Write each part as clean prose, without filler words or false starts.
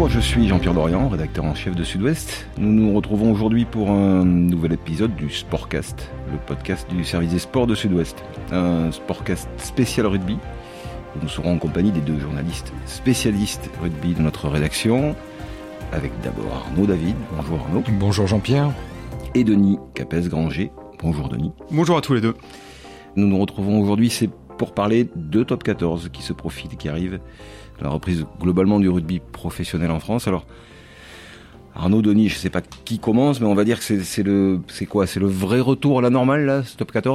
Bonjour, je suis Jean-Pierre Dorian, rédacteur en chef de Sud-Ouest. Nous nous retrouvons aujourd'hui pour un nouvel épisode du Sportcast, le podcast du service des sports de Sud-Ouest. Un Sportcast spécial rugby. Nous serons en compagnie des deux journalistes spécialistes rugby de notre rédaction, avec d'abord Arnaud David. Bonjour Arnaud. Bonjour Jean-Pierre. Et Denis Capes-Granger. Bonjour Denis. Bonjour à tous les deux. Nous nous retrouvons aujourd'hui, c'est pour parler de Top 14 qui se profile et qui arrive, la reprise globalement du rugby professionnel en France. Alors, Arnaud, Denis, je ne sais pas qui commence, mais on va dire que c'est le vrai retour à la normale, là, ce Top 14 ?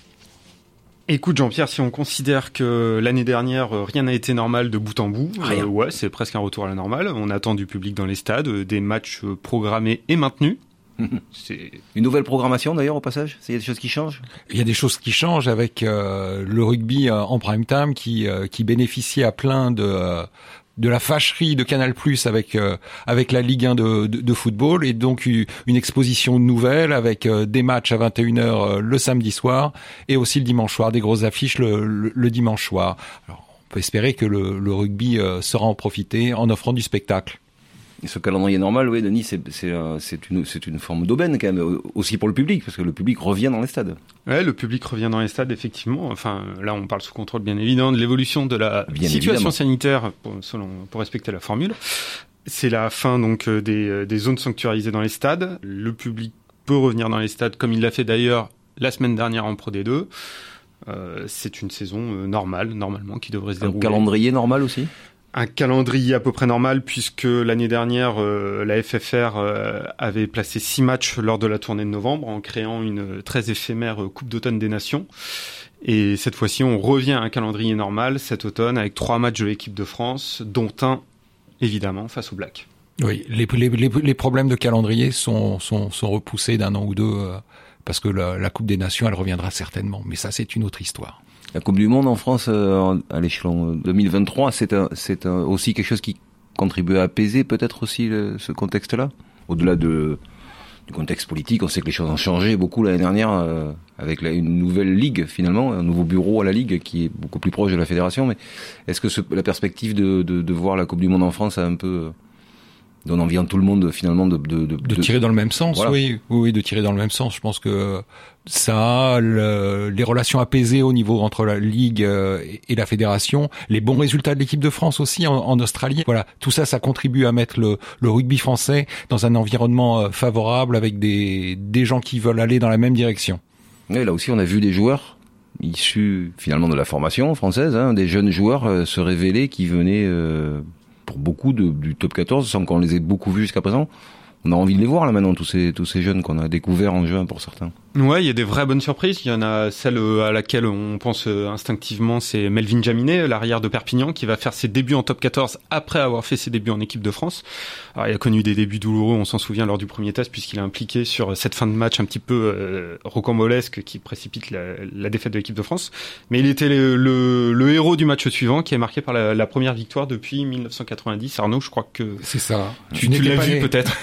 Écoute Jean-Pierre, si on considère que l'année dernière, rien n'a été normal de bout en bout, ouais, c'est presque un retour à la normale. On attend du public dans les stades, des matchs programmés et maintenus. C'est une nouvelle programmation d'ailleurs au passage. Il y a des choses qui changent. Il y a des choses qui changent avec le rugby en prime time qui bénéficie à plein de la fâcherie de Canal+ avec la Ligue 1 de football, et donc une exposition nouvelle avec des matchs à 21h le samedi soir et aussi le dimanche soir, des grosses affiches le dimanche soir. Alors, on peut espérer que le rugby saura en profiter en offrant du spectacle. Et ce calendrier normal, oui, Denis, c'est une forme d'aubaine quand même, aussi pour le public, parce que le public revient dans les stades. Ouais, le public revient dans les stades, effectivement. Enfin, là, on parle sous contrôle, bien évidemment, de l'évolution de la situation sanitaire pour respecter la formule. C'est la fin donc des zones sanctuarisées dans les stades. Le public peut revenir dans les stades, comme il l'a fait d'ailleurs la semaine dernière en Pro D2. C'est une saison normalement, qui devrait se dérouler. Un calendrier normal aussi ? Un calendrier à peu près normal, puisque l'année dernière, la FFR avait placé 6 matchs lors de la tournée de novembre en créant une très éphémère Coupe d'automne des Nations. Et cette fois-ci, on revient à un calendrier normal cet automne avec 3 matchs de l'équipe de France, dont un, évidemment, face aux Blacks. Oui, les problèmes de calendrier sont repoussés d'un an ou deux, parce que la Coupe des Nations, elle reviendra certainement. Mais ça, c'est une autre histoire. La Coupe du Monde en France, à l'échelon 2023, c'est aussi quelque chose qui contribue à apaiser peut-être aussi ce contexte-là. Au-delà du contexte politique, on sait que les choses ont changé beaucoup l'année dernière avec une nouvelle ligue finalement, un nouveau bureau à la ligue qui est beaucoup plus proche de la fédération. Mais est-ce que la perspective de voir la Coupe du Monde en France a un peu donne envie à tout le monde finalement de tirer dans le même sens, voilà. Oui, de tirer dans le même sens. Je pense que ça, les relations apaisées au niveau entre la Ligue et la Fédération, les bons résultats de l'équipe de France aussi en Australie, voilà, tout ça, ça contribue à mettre le rugby français dans un environnement favorable avec des gens qui veulent aller dans la même direction. Oui, là aussi, on a vu des joueurs issus finalement de la formation française, des jeunes joueurs se révéler qui venaient pour beaucoup du top 14 sans qu'on les ait beaucoup vus jusqu'à présent. On a envie de les voir là maintenant, tous ces jeunes qu'on a découverts en juin pour certains. Ouais, il y a des vraies bonnes surprises. Il y en a celle à laquelle on pense instinctivement, c'est Melvin Jaminet, l'arrière de Perpignan, qui va faire ses débuts en top 14 après avoir fait ses débuts en équipe de France. Alors, il a connu des débuts douloureux, on s'en souvient, lors du premier test, puisqu'il est impliqué sur cette fin de match un petit peu rocambolesque qui précipite la défaite de l'équipe de France. Mais il était le héros du match suivant, qui est marqué par la première victoire depuis 1990. Arnaud, je crois que... C'est ça. Tu l'as vu peut-être.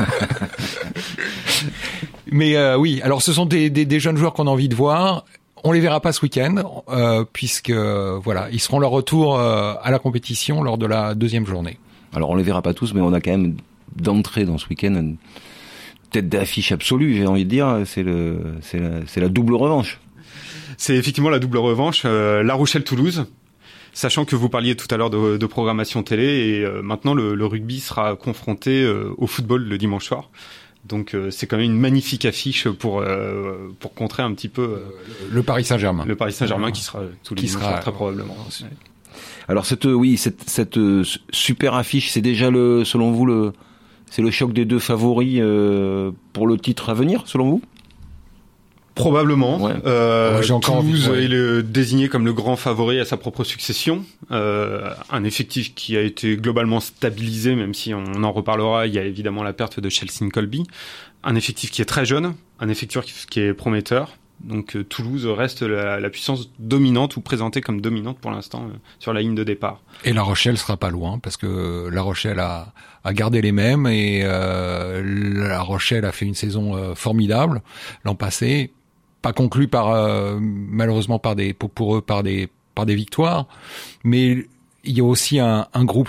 Mais oui, alors ce sont des jeunes joueurs qu'on a envie de voir. On les verra pas ce week-end, puisque voilà, ils seront leur retour à la compétition lors de la deuxième journée. Alors on les verra pas tous, mais on a quand même d'entrée dans ce week-end une tête d'affiche absolue, j'ai envie de dire. C'est la double revanche. C'est effectivement la double revanche. La Rochelle-Toulouse. Sachant que vous parliez tout à l'heure de programmation télé, et maintenant le rugby sera confronté au football le dimanche soir. Donc c'est quand même une magnifique affiche pour contrer un petit peu le Paris Saint-Germain. Le Paris Saint-Germain qui sera tous les dimanches très probablement. Ouais. Alors cette super affiche, c'est déjà selon vous c'est le choc des deux favoris pour le titre à venir, selon vous ? Probablement. Ouais. Toulouse est désigné comme le grand favori à sa propre succession. Un effectif qui a été globalement stabilisé, même si on en reparlera. Il y a évidemment la perte de Chelsea Colby. Un effectif qui est très jeune, un effectif qui est prometteur. Donc Toulouse reste la puissance dominante, ou présentée comme dominante pour l'instant sur la ligne de départ. Et La Rochelle sera pas loin, parce que La Rochelle a gardé les mêmes, et La Rochelle a fait une saison formidable l'an passé. Pas conclu malheureusement pour eux par des victoires, mais il y a aussi un groupe qui est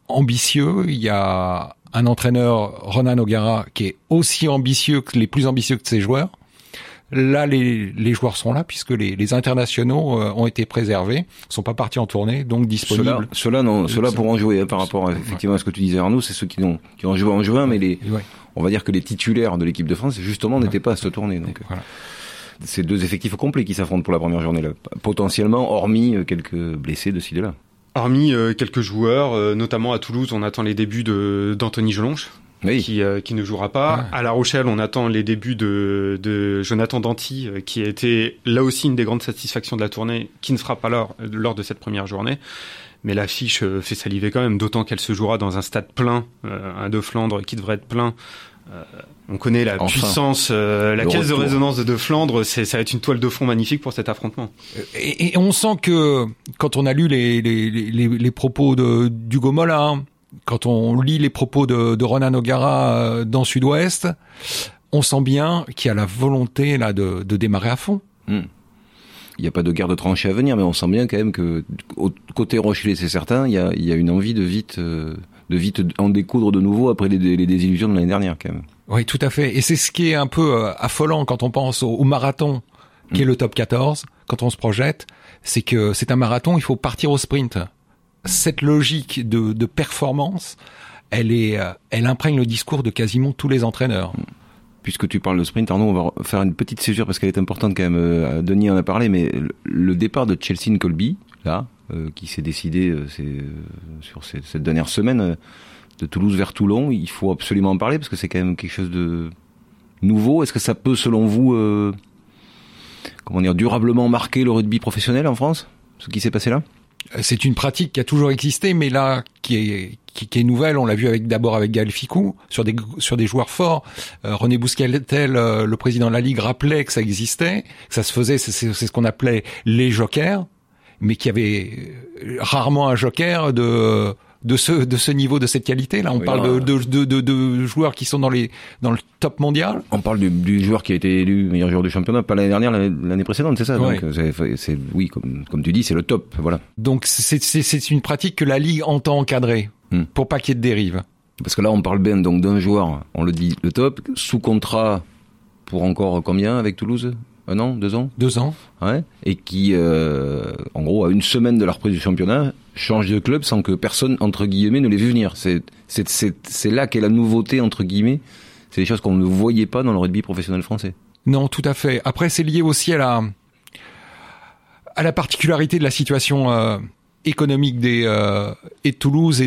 ambitieux. Il y a un entraîneur, Ronan O'Gara, qui est aussi ambitieux que les plus ambitieux que ses joueurs. Là, les joueurs sont là puisque les internationaux ont été préservés, sont pas partis en tournée, donc disponibles. Ceux-là pourront jouer par rapport effectivement à ce que tu disais, Arnaud. C'est ceux qui ont joué en juin, mais on va dire que les titulaires de l'équipe de France justement n'étaient pas à cette tournée. Donc voilà. C'est deux effectifs complets qui s'affrontent pour la première journée là, potentiellement, hormis quelques blessés de ci de là. Hormis quelques joueurs, notamment à Toulouse, on attend les débuts d'Anthony Jelonche. Oui. Qui ne jouera pas. À La Rochelle, on attend les débuts de Jonathan Danty, qui a été là aussi une des grandes satisfactions de la tournée, qui ne sera pas là lors de cette première journée. Mais l'affiche fait saliver quand même, d'autant qu'elle se jouera dans un stade plein, un de Flandre qui devrait être plein. On connaît la puissance, la caisse de résonance de Flandre, ça va être une toile de fond magnifique pour cet affrontement. Et on sent que quand on a lu les propos d'Hugo Mola, quand on lit les propos de Ronan O'Gara dans Sud-Ouest, on sent bien qu'il y a la volonté là de démarrer à fond. Il n'y a pas de guerre de tranchées à venir, mais on sent bien quand même que côté Rochelais, c'est certain, il y a une envie de vite en découdre de nouveau après les désillusions de l'année dernière quand même. Oui, tout à fait. Et c'est ce qui est un peu affolant quand on pense au marathon, qui est le top 14, quand on se projette, c'est que c'est un marathon, il faut partir au sprint. Cette logique de performance, elle imprègne le discours de quasiment tous les entraîneurs. Puisque tu parles de sprint, Arnaud, on va faire une petite césure parce qu'elle est importante quand même. Denis en a parlé, mais le départ de Chelsea Colby, là, qui s'est décidé sur cette dernière semaine de Toulouse vers Toulon, il faut absolument en parler parce que c'est quand même quelque chose de nouveau. Est-ce que ça peut, selon vous, durablement marquer le rugby professionnel en France, ce qui s'est passé là? C'est une pratique qui a toujours existé, mais là, qui est nouvelle. On l'a vu d'abord avec Gaël Ficou, sur des joueurs forts. René Bousquetel, le président de la Ligue, rappelait que ça existait, que ça se faisait, c'est ce qu'on appelait les jokers, mais qu'il y avait rarement un joker de ce niveau, de cette qualité. Là, on parle de joueurs qui sont dans le top mondial. On parle du joueur qui a été élu meilleur joueur du championnat, pas l'année dernière, l'année précédente, c'est ça. Ouais. Donc, comme tu dis, c'est le top, voilà. Donc, c'est une pratique que la Ligue entend encadrer, pour pas qu'il y ait de dérive. Parce que là, on parle bien, donc, d'un joueur, on le dit, le top, sous contrat pour encore combien avec Toulouse? 1 an, 2 ans? 2 ans. Ouais. Et qui, en gros, à une semaine de la reprise du championnat, change de club sans que personne, entre guillemets, ne l'ait vu venir. C'est là qu'est la nouveauté, entre guillemets. C'est des choses qu'on ne voyait pas dans le rugby professionnel français. Non, tout à fait. Après, c'est lié aussi à la particularité de la situation économique et de Toulouse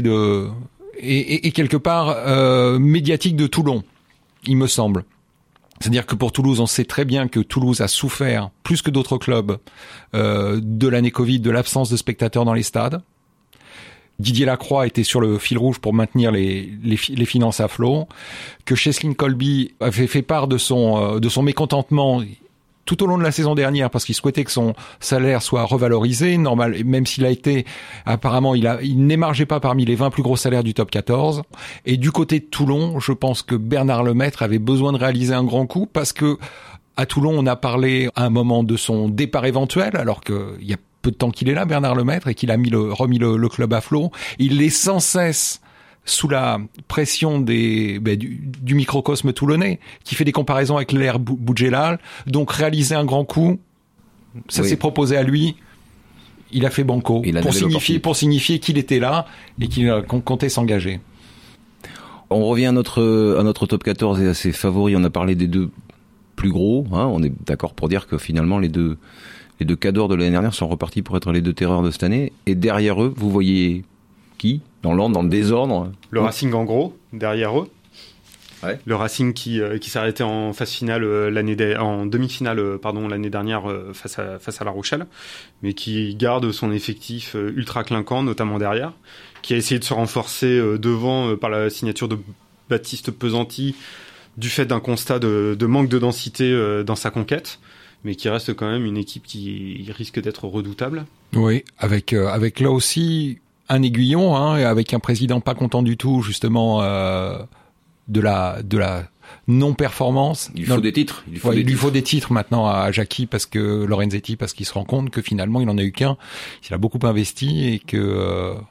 et quelque part médiatique de Toulon, il me semble. C'est-à-dire que pour Toulouse, on sait très bien que Toulouse a souffert, plus que d'autres clubs, de l'année Covid, de l'absence de spectateurs dans les stades. Didier Lacroix était sur le fil rouge pour maintenir les finances à flot. Que Cheslin Colby avait fait part de son mécontentement tout au long de la saison dernière parce qu'il souhaitait que son salaire soit revalorisé, normal, même s'il a été, apparemment, il n'émargeait pas parmi les 20 plus gros salaires du top 14. Et du côté de Toulon, je pense que Bernard Lemaître avait besoin de réaliser un grand coup parce que à Toulon, on a parlé à un moment de son départ éventuel, alors qu'il y a peu de temps qu'il est là, Bernard Lemaître, et qu'il a remis le club à flot. Il est sans cesse sous la pression du microcosme toulonnais, qui fait des comparaisons avec l'ère Boudjelal. Donc réaliser un grand coup, ça s'est proposé à lui. Il a fait banco pour signifier qu'il était là et qu'il comptait s'engager. On revient à notre top 14 et à ses favoris. On a parlé des deux plus gros. On est d'accord pour dire que finalement les deux cadors de l'année dernière sont repartis pour être les deux terreurs de cette année. Et derrière eux, vous voyez qui? Dans l'ordre, dans le désordre? Le Racing en gros, derrière eux. Ouais. Le Racing qui s'est arrêté en phase finale en demi-finale l'année dernière face à La Rochelle, mais qui garde son effectif ultra clinquant, notamment derrière, qui a essayé de se renforcer devant par la signature de Baptiste Pesanti du fait d'un constat de manque de densité dans sa conquête, mais qui reste quand même une équipe qui risque d'être redoutable. Oui, avec là aussi un aiguillon, et avec un président pas content du tout justement de la non-performance. Il faut des titres. Il lui faut des titres maintenant à Jackie Lorenzetti parce qu'il se rend compte que finalement il en a eu qu'un. Il a beaucoup investi et que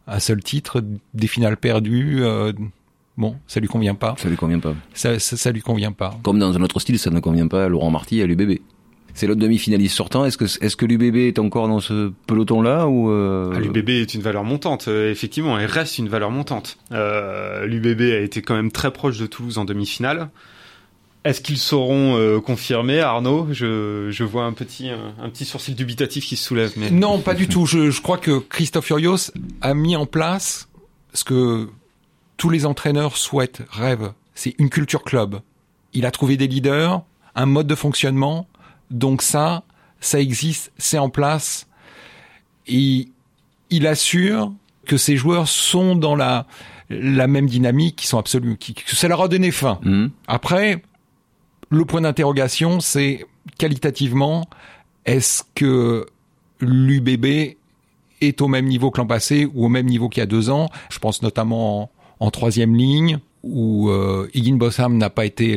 un seul titre, des finales perdues. Bon, ça lui convient pas. Ça lui convient pas. Ça lui convient pas. Comme dans un autre style, ça ne convient pas à Laurent Marty et à l'UBB. C'est l'autre demi-finaliste sortant. Est-ce que l'UBB est encore dans ce peloton-là ou L'UBB est une valeur montante. Effectivement, elle reste une valeur montante. L'UBB a été quand même très proche de Toulouse en demi-finale. Est-ce qu'ils sauront confirmer, Arnaud ? Je vois un petit sourcil dubitatif qui se soulève. Mais... Non, pas du tout. Je crois que Christophe Furios a mis en place ce que tous les entraîneurs souhaitent, rêvent. C'est une culture club. Il a trouvé des leaders, un mode de fonctionnement. Donc ça existe, c'est en place. Et il assure que ces joueurs sont dans la même dynamique, qui sont absolument, que ça leur a donné faim. Après, le point d'interrogation, c'est qualitativement, est-ce que l'UBB est au même niveau que l'an passé ou au même niveau qu'il y a 2 ans? Je pense notamment en 3e ligne, où Higginbotham n'a pas été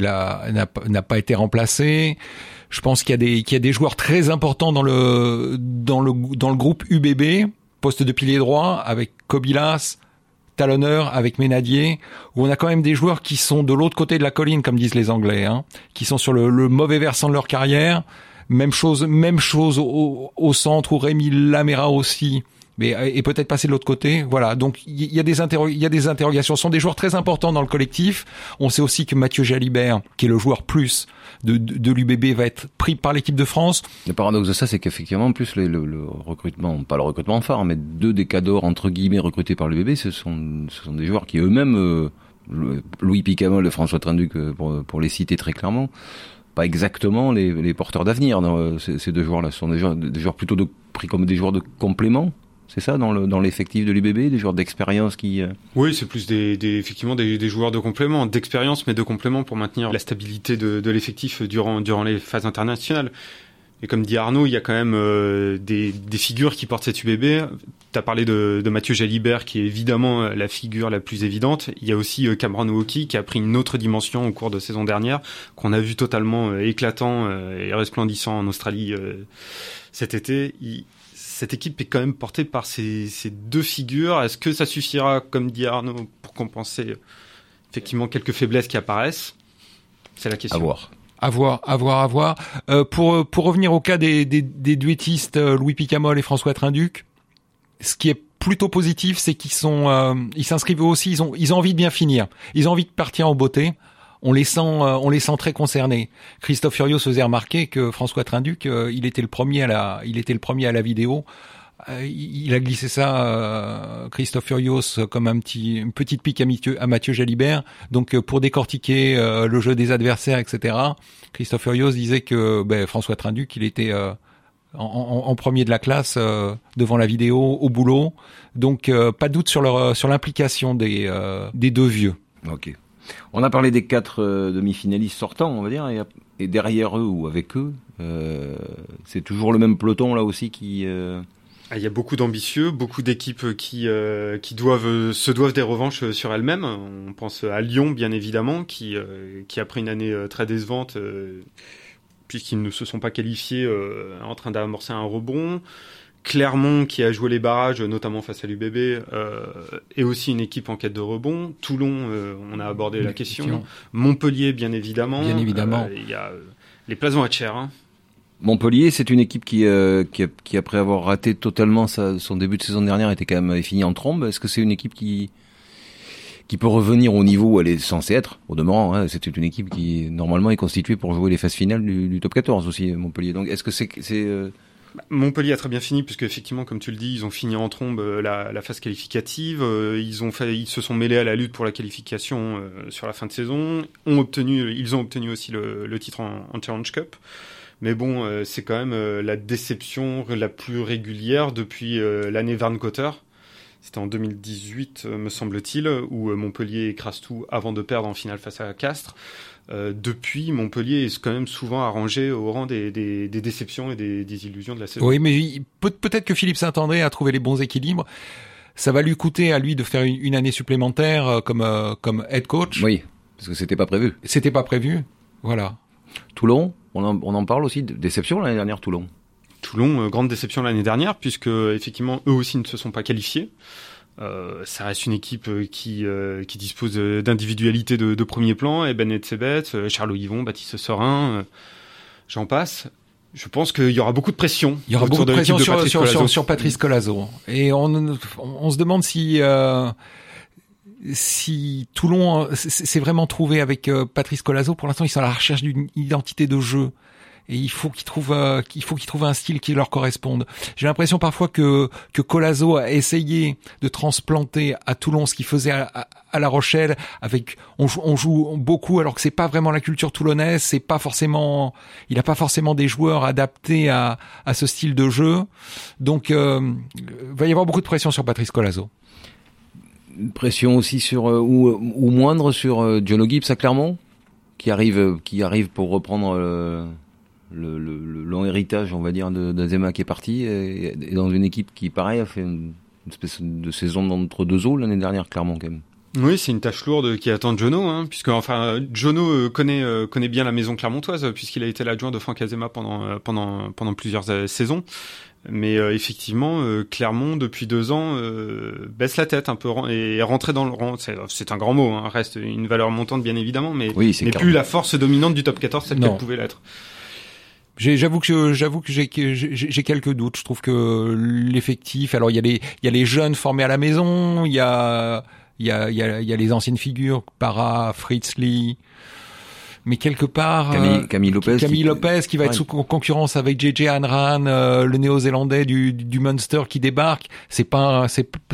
remplacé. Je pense qu'il y a des joueurs très importants dans le groupe UBB, poste de pilier droit, avec Kobilas, talonneur, avec Ménadier, où on a quand même des joueurs qui sont de l'autre côté de la colline, comme disent les Anglais, qui sont sur le mauvais versant de leur carrière. Même chose au centre, où Rémi Lamela aussi, mais est peut-être passé de l'autre côté. Voilà, donc il y a des interrogations. Ce sont des joueurs très importants dans le collectif. On sait aussi que Mathieu Jalibert, qui est le joueur plus de l'UBB, va être pris par l'équipe de France. Le paradoxe de ça, c'est qu'effectivement, en plus, le recrutement, pas le recrutement phare, mais 2 des cadors, entre guillemets, recrutés par l'UBB, ce sont des joueurs qui eux-mêmes, Louis Picamol et François Trinduc, pour les citer très clairement, pas exactement les porteurs d'avenir. Ces 2 joueurs-là, ce sont des joueurs plutôt pris comme des joueurs de complément. C'est ça, dans l'effectif de l'UBB, des joueurs d'expérience qui... Oui, c'est plus effectivement des joueurs de complément, d'expérience, mais de complément pour maintenir la stabilité de l'effectif durant les phases internationales. Et comme dit Arnaud, il y a quand même des figures qui portent cette UBB. Tu as parlé de Mathieu Jalibert, qui est évidemment la figure la plus évidente. Il y a aussi Cameron Wauquiez, qui a pris une autre dimension au cours de saison dernière, qu'on a vu totalement éclatant et resplendissant en Australie cet été. Cette équipe est quand même portée par ces 2 figures. Est-ce que ça suffira, comme dit Arnaud, pour compenser effectivement quelques faiblesses qui apparaissent ? C'est la question. À voir. Pour revenir au cas des duettistes Louis Picamol et François Trinduc, ce qui est plutôt positif, c'est qu'ils s'inscrivent eux aussi, ils ont envie de bien finir. Ils ont envie de partir en beauté. On les sent très concernés. Christophe Furios faisait remarquer que François Trinduc, il était le premier à la vidéo. Il a glissé ça, Christophe Furios, comme une petite pique à Mathieu Jalibert. Donc, pour décortiquer le jeu des adversaires, etc., Christophe Furios disait que François Trinduc, il était en premier de la classe devant la vidéo, au boulot. Donc, pas de doute sur l'implication des 2 vieux. Ok. On a parlé des 4 demi-finalistes sortants, on va dire, et derrière eux ou avec eux, c'est toujours le même peloton là aussi qui... Il y a beaucoup d'ambitieux, beaucoup d'équipes qui se doivent des revanches sur elles-mêmes. On pense à Lyon, bien évidemment, qui après une année très décevante, puisqu'ils ne se sont pas qualifiés, en train d'amorcer un rebond. Clermont, qui a joué les barrages, notamment face à l'UBB, est aussi une équipe en quête de rebond. Toulon, on a abordé la question. Montpellier, bien évidemment. Il y a les places vont être chères. Montpellier, c'est une équipe qui après avoir raté totalement son début de saison dernière, était quand même fini en trombe. Est-ce que c'est une équipe qui peut revenir au niveau où elle est censée être, au demeurant, c'est une équipe qui normalement est constituée pour jouer les phases finales du top 14 aussi, Montpellier. Donc est-ce que c'est Montpellier a très bien fini, puisque effectivement, comme tu le dis, ils ont fini en trombe la phase qualificative. Ils se sont mêlés à la lutte pour la qualification sur la fin de saison. Ils ont obtenu aussi le titre en Challenge Cup. Mais bon, c'est quand même la déception la plus régulière depuis l'année Vern Cotter. C'était en 2018, me semble-t-il, où Montpellier écrase tout avant de perdre en finale face à Castres. Depuis, Montpellier est quand même souvent arrangé au rang des déceptions et des illusions de la saison. Oui, mais peut-être que Philippe Saint-André a trouvé les bons équilibres. Ça va lui coûter à lui de faire une année supplémentaire comme head coach. Oui, parce que c'était pas prévu. C'était pas prévu, voilà. Toulon, on en parle aussi, déception l'année dernière, Toulon. Toulon, grande déception l'année dernière, puisque effectivement, eux aussi ne se sont pas qualifiés. Ça reste une équipe qui dispose d'individualité de premier plan. Eben Etzebeth, Charles Yvon, Baptiste Serin, j'en passe. Je pense qu'il y aura beaucoup de pression. Il y aura beaucoup de pression sur Patrice Collazo. Et on se demande si Toulon s'est vraiment trouvé avec Patrice Collazo. Pour l'instant, ils sont à la recherche d'une identité de jeu. Et il faut qu'ils trouvent un style qui leur corresponde. J'ai l'impression parfois que Collazo a essayé de transplanter à Toulon ce qu'il faisait à La Rochelle. On joue beaucoup alors que c'est pas vraiment la culture toulonnaise. Il a pas forcément des joueurs adaptés à ce style de jeu. Donc, va y avoir beaucoup de pression sur Patrice Collazo. Pression aussi sur ou moindre sur Jono Gibbs à Clermont, qui arrive pour reprendre le long héritage, on va dire, d'Azema qui est parti, et dans une équipe qui, pareil, a fait une espèce de saison d'entre deux eaux l'année dernière, Clermont, quand même. Oui, c'est une tâche lourde qui attend Jono, puisque Jono connaît bien la maison clermontoise, puisqu'il a été l'adjoint de Franck Azema pendant plusieurs saisons. Mais effectivement, Clermont depuis 2 ans baisse la tête un peu et est rentré dans le rang. C'est un grand mot, reste une valeur montante bien évidemment, mais plus la force dominante du top 14 celle qu'elle pouvait l'être. J'avoue que j'ai quelques doutes. Je trouve que l'effectif, alors il y a les jeunes formés à la maison, il y a les anciennes figures, Para, Fritz Lee, mais quelque part Camille Lopez qui va être sous concurrence avec JJ Hanran, le néo-zélandais du Munster qui débarque. C'est pas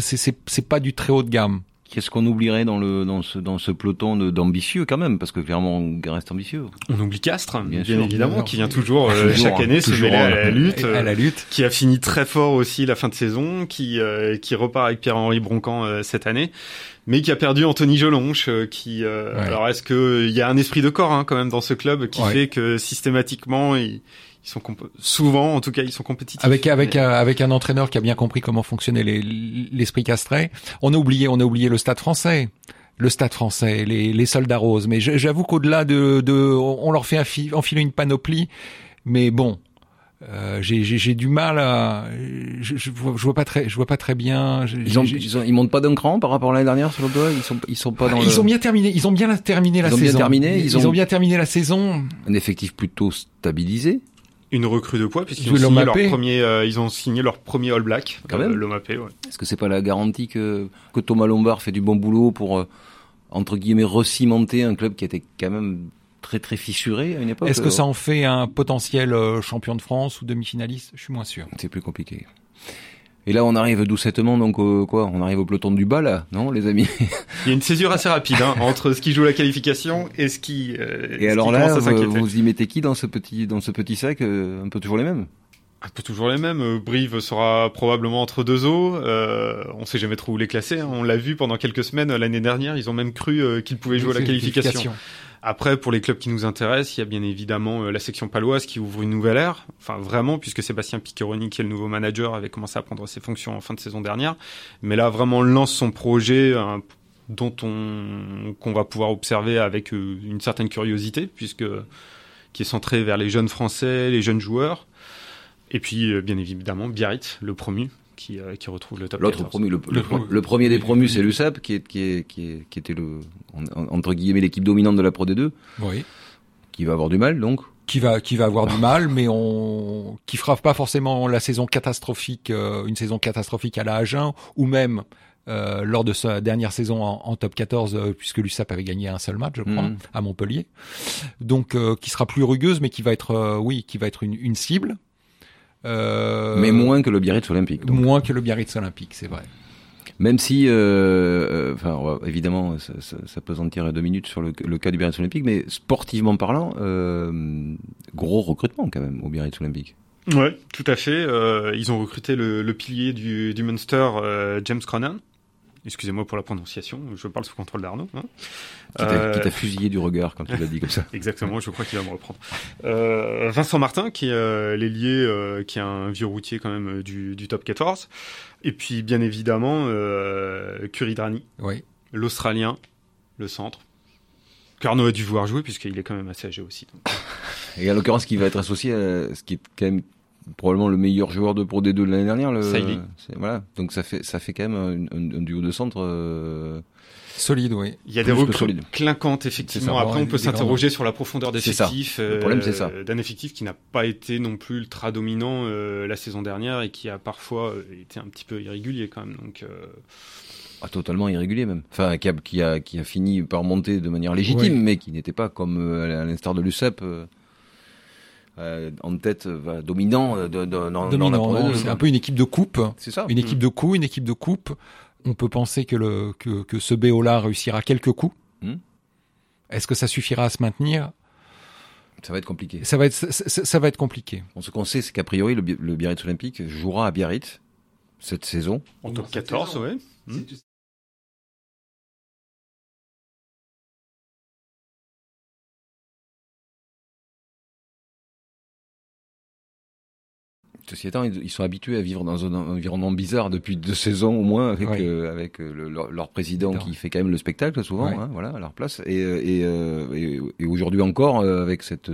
du très haut de gamme. Qu'est-ce qu'on oublierait dans ce peloton d'ambitieux quand même, parce que clairement on reste ambitieux. On oublie Castres, bien évidemment, qui vient toujours chaque année se mêler à la lutte, qui a fini très fort aussi la fin de saison, qui repart avec Pierre-Henri Broncan cette année, mais qui a perdu Anthony Jolonche, alors est-ce que il y a un esprit de corps quand même dans ce club qui fait que systématiquement ils sont souvent, en tout cas, ils sont compétitifs. Avec un entraîneur qui a bien compris comment fonctionnait l'esprit castrais. On a oublié le Stade Français. Les Soldats Roses. Mais j'avoue qu'au-delà on leur fait enfiler une panoplie. Mais bon, j'ai du mal à, je vois pas très bien. Ils montent pas d'un cran par rapport à l'année dernière sur le doigt. Ils sont pas dans Ils ont bien terminé la saison. Ils ont bien terminé la saison. Un effectif plutôt stabilisé. Une recrue de poids puisqu'ils ont signé leur premier All Black, l'Omapé. Ouais. Est-ce que c'est pas la garantie que Thomas Lombard fait du bon boulot pour entre guillemets recimenter un club qui était quand même très très fissuré à une époque? Est-ce que ça en fait un potentiel champion de France ou demi-finaliste? Je suis moins sûr. C'est plus compliqué. Et là, on arrive doucettement, donc on arrive au peloton du bas, là, non, les amis? Il y a une césure assez rapide entre ce qui joue la qualification et ce qui. Et alors là, vous y mettez qui dans ce petit sac? Un peu toujours les mêmes. Un peu toujours les mêmes. Brive sera probablement entre deux eaux. On sait jamais trop où les classer. On l'a vu pendant quelques semaines l'année dernière. Ils ont même cru qu'ils pouvaient jouer la qualification. Après, pour les clubs qui nous intéressent, il y a bien évidemment la section paloise qui ouvre une nouvelle ère. Enfin, vraiment, puisque Sébastien Piccheroni, qui est le nouveau manager, avait commencé à prendre ses fonctions en fin de saison dernière. Mais là, vraiment, on lance son projet qu'on va pouvoir observer avec une certaine curiosité, qui est centré vers les jeunes Français, les jeunes joueurs. Et puis, bien évidemment, Biarritz, le promu, qui retrouve le top 14. L'autre promu, le premier des promus, c'est l'USAP, qui était entre guillemets l'équipe dominante de la Pro D2. Oui. Qui va avoir du mal, donc. Qui va avoir du mal, mais qui fera pas forcément la saison catastrophique, une saison catastrophique à la Agen, ou même, lors de sa dernière saison en top 14, puisque l'USAP avait gagné un seul match, je crois, à Montpellier. Donc, qui sera plus rugueuse, mais qui va être une cible. Mais moins que le Biarritz Olympique. Donc. Moins que le Biarritz Olympique, c'est vrai. Même si, évidemment, ça peut en tirer 2 minutes sur le cas du Biarritz Olympique, mais sportivement parlant, gros recrutement quand même au Biarritz Olympique. Ouais, tout à fait. Ils ont recruté le pilier du Munster, James Cronin. Excusez-moi pour la prononciation, je parle sous contrôle d'Arnaud. Qui t'a fusillé du regard quand tu l'as dit comme ça. Exactement, je crois qu'il va me reprendre. Vincent Martin, qui est l'ailier, qui est un vieux routier quand même du top 14. Et puis, bien évidemment, Kuridrani, oui. l'Australien, le centre. Qu'Arnaud a dû voir jouer, puisqu'il est quand même assez âgé aussi. Donc. Et à l'occurrence, qui va être associé à ce qui est quand même probablement le meilleur joueur de Pro D2 de l'année dernière. Voilà. Donc ça fait quand même un duo de centre solide, oui. Il y a des recrues clinquantes, effectivement. Après, on peut s'interroger sur la profondeur d'effectif. Le problème, c'est ça. D'un effectif qui n'a pas été non plus ultra dominant la saison dernière et qui a parfois été un petit peu irrégulier quand même. Donc, totalement irrégulier même. Enfin, qui a fini par monter de manière légitime, mais qui n'était pas comme à l'instar de l'USEP. En tête, dominant dans la Pro D2. C'est un peu une équipe de coupe. C'est ça. Une équipe de coupe. On peut penser que ce BO-là réussira quelques coups. Est-ce que ça suffira à se maintenir ? Ça va être compliqué. Ça va être compliqué. Ce qu'on sait, c'est qu'a priori, le Biarritz Olympique jouera à Biarritz cette saison. En top 14, ouais. Ceci étant, ils sont habitués à vivre dans un environnement bizarre depuis 2 saisons au moins, avec leur président qui fait quand même le spectacle souvent, à leur place. Et aujourd'hui encore, avec cette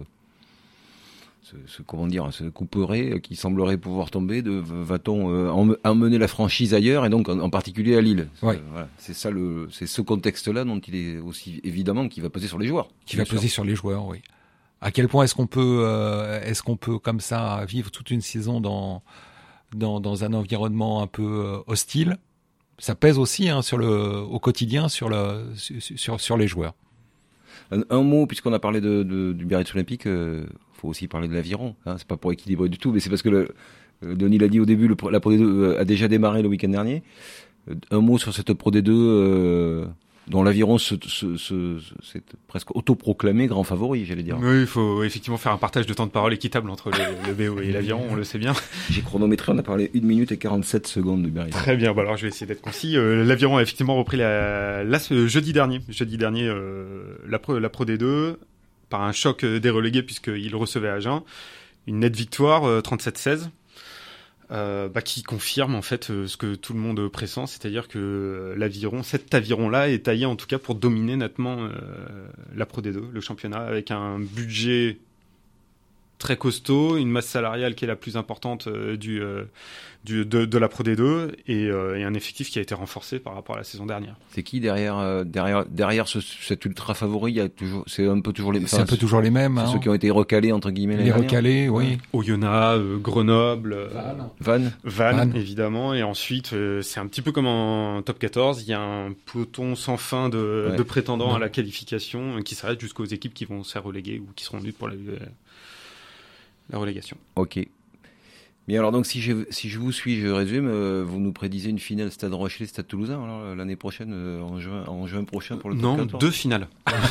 ce couperet qui semblerait pouvoir tomber, va-t-on emmener la franchise ailleurs, et donc en particulier à Lille. C'est ce contexte-là dont il est aussi évidemment qui va peser sur les joueurs. Peser sur les joueurs, oui. À quel point est-ce qu'on peut comme ça vivre toute une saison dans un environnement un peu hostile ? Ça pèse aussi au quotidien sur les joueurs. Un mot, puisqu'on a parlé du Biarritz Olympique, faut aussi parler de l'Aviron. C'est pas pour équilibrer du tout, mais c'est parce que Denis l'a dit au début, la Pro D2 a déjà démarré le week-end dernier. Un mot sur cette Pro D2 dont l'Aviron s'est presque autoproclamé grand favori, j'allais dire. Oui, il faut effectivement faire un partage de temps de parole équitable entre le BO et l'Aviron, on le sait bien. J'ai chronométré, on a parlé 1 minute et 47 secondes de Biarritz. Très bien, alors je vais essayer d'être concis. L'Aviron a effectivement repris jeudi dernier la Pro D2 par un choc des relégués puisqu'il recevait Agen. Une nette victoire, 37-16. Qui confirme en fait ce que tout le monde pressent, c'est-à-dire que cet aviron-là est taillé en tout cas pour dominer nettement la Pro D2, le championnat, avec un budget très costaud, une masse salariale qui est la plus importante de la Pro D2 et un effectif qui a été renforcé par rapport à la saison dernière. C'est qui derrière cet ultra favori? C'est un peu toujours les mêmes. C'est un peu toujours les mêmes. Ceux qui ont été recalés entre guillemets. Les recalés, oui. Oyonnax, Grenoble, Vannes, évidemment, et ensuite c'est un petit peu comme en top 14, il y a un peloton sans fin de prétendants à la qualification qui s'arrête jusqu'aux équipes qui vont se faire reléguer ou qui seront en lutte pour la relégation. Ok. Bien, alors donc si je vous suis, je résume, vous nous prédisez une finale Stade Rochelet, Stade Toulousain alors, l'année prochaine, en juin prochain pour le top 14. 2 finales.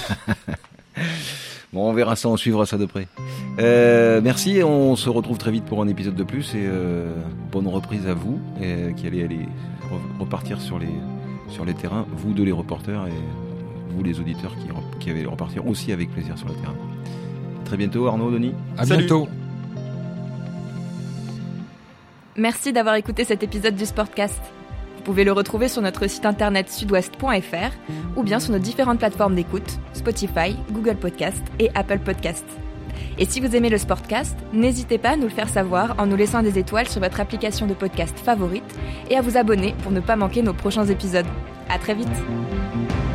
Bon, on verra ça, on suivra ça de près. Merci, on se retrouve très vite pour un épisode de plus et bonne reprise à vous qui allez repartir sur les terrains, vous les reporters et vous les auditeurs qui allez repartir aussi avec plaisir sur le terrain. Très bientôt Arnaud, Denis. À bientôt. Merci d'avoir écouté cet épisode du Sportcast. Vous pouvez le retrouver sur notre site internet sudouest.fr ou bien sur nos différentes plateformes d'écoute, Spotify, Google Podcast et Apple Podcast. Et si vous aimez le Sportcast, n'hésitez pas à nous le faire savoir en nous laissant des étoiles sur votre application de podcast favorite et à vous abonner pour ne pas manquer nos prochains épisodes. À très vite.